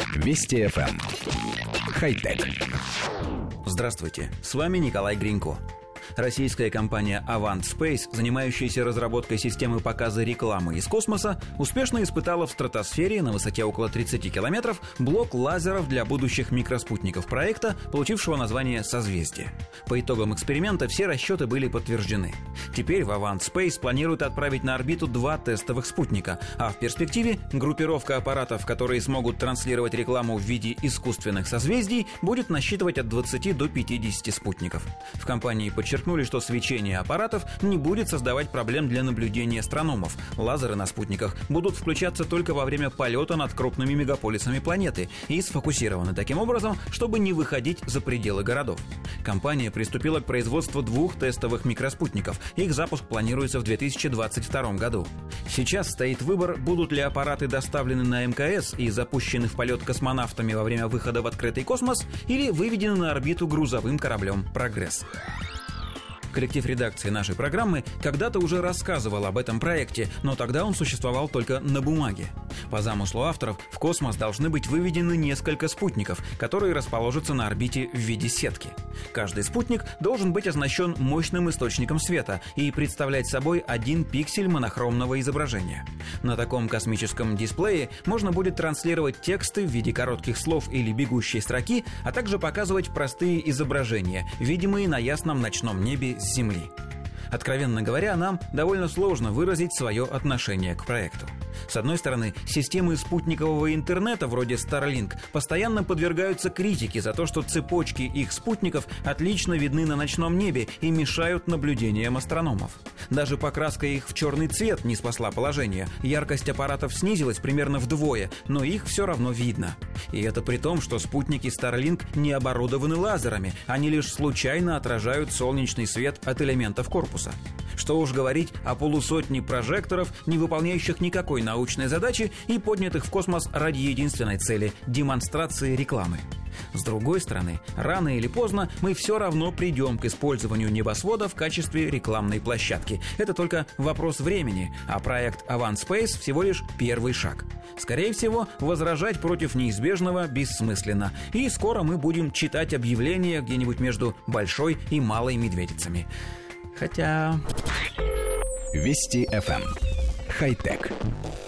Вести ФМ. Хай-тек. Здравствуйте, с вами Николай Гринько. Российская компания Avant Space, занимающаяся разработкой системы показа рекламы из космоса, успешно испытала в стратосфере на высоте около 30 километров блок лазеров для будущих микроспутников проекта, получившего название «Созвездие». По итогам эксперимента все расчеты были подтверждены. Теперь в Avant Space планируют отправить на орбиту 2 тестовых спутника, а в перспективе группировка аппаратов, которые смогут транслировать рекламу в виде искусственных созвездий, будет насчитывать от 20 до 50 спутников. В компании подчеркнули, что свечение аппаратов не будет создавать проблем для наблюдения астрономов. Лазеры на спутниках будут включаться только во время полета над крупными мегаполисами планеты и сфокусированы таким образом, чтобы не выходить за пределы городов. Компания приступила к производству 2 тестовых микроспутников. Их запуск планируется в 2022 году. Сейчас стоит выбор, будут ли аппараты доставлены на МКС и запущены в полет космонавтами во время выхода в открытый космос или выведены на орбиту грузовым кораблем «Прогресс». Коллектив редакции нашей программы когда-то уже рассказывал об этом проекте, но тогда он существовал только на бумаге. По замыслу авторов, в космос должны быть выведены несколько спутников, которые расположатся на орбите в виде сетки. Каждый спутник должен быть оснащен мощным источником света и представлять собой 1 пиксель монохромного изображения. На таком космическом дисплее можно будет транслировать тексты в виде коротких слов или бегущей строки, а также показывать простые изображения, видимые на ясном ночном небе с Земли. Откровенно говоря, нам довольно сложно выразить свое отношение к проекту. С одной стороны, системы спутникового интернета вроде Starlink постоянно подвергаются критике за то, что цепочки их спутников отлично видны на ночном небе и мешают наблюдениям астрономов. Даже покраска их в черный цвет не спасла положение. Яркость аппаратов снизилась примерно вдвое, но их все равно видно. И это при том, что спутники Starlink не оборудованы лазерами, они лишь случайно отражают солнечный свет от элементов корпуса. Что уж говорить о полусотне прожекторов, не выполняющих никакой научной задачи и поднятых в космос ради единственной цели – демонстрации рекламы. С другой стороны, рано или поздно мы все равно придем к использованию небосвода в качестве рекламной площадки. Это только вопрос времени, а проект Avant Space всего лишь первый шаг. Скорее всего, возражать против неизбежного бессмысленно, и скоро мы будем читать объявления где-нибудь между Большой и Малой Медведицами. Хотя... Вести ФМ. Хай-тек.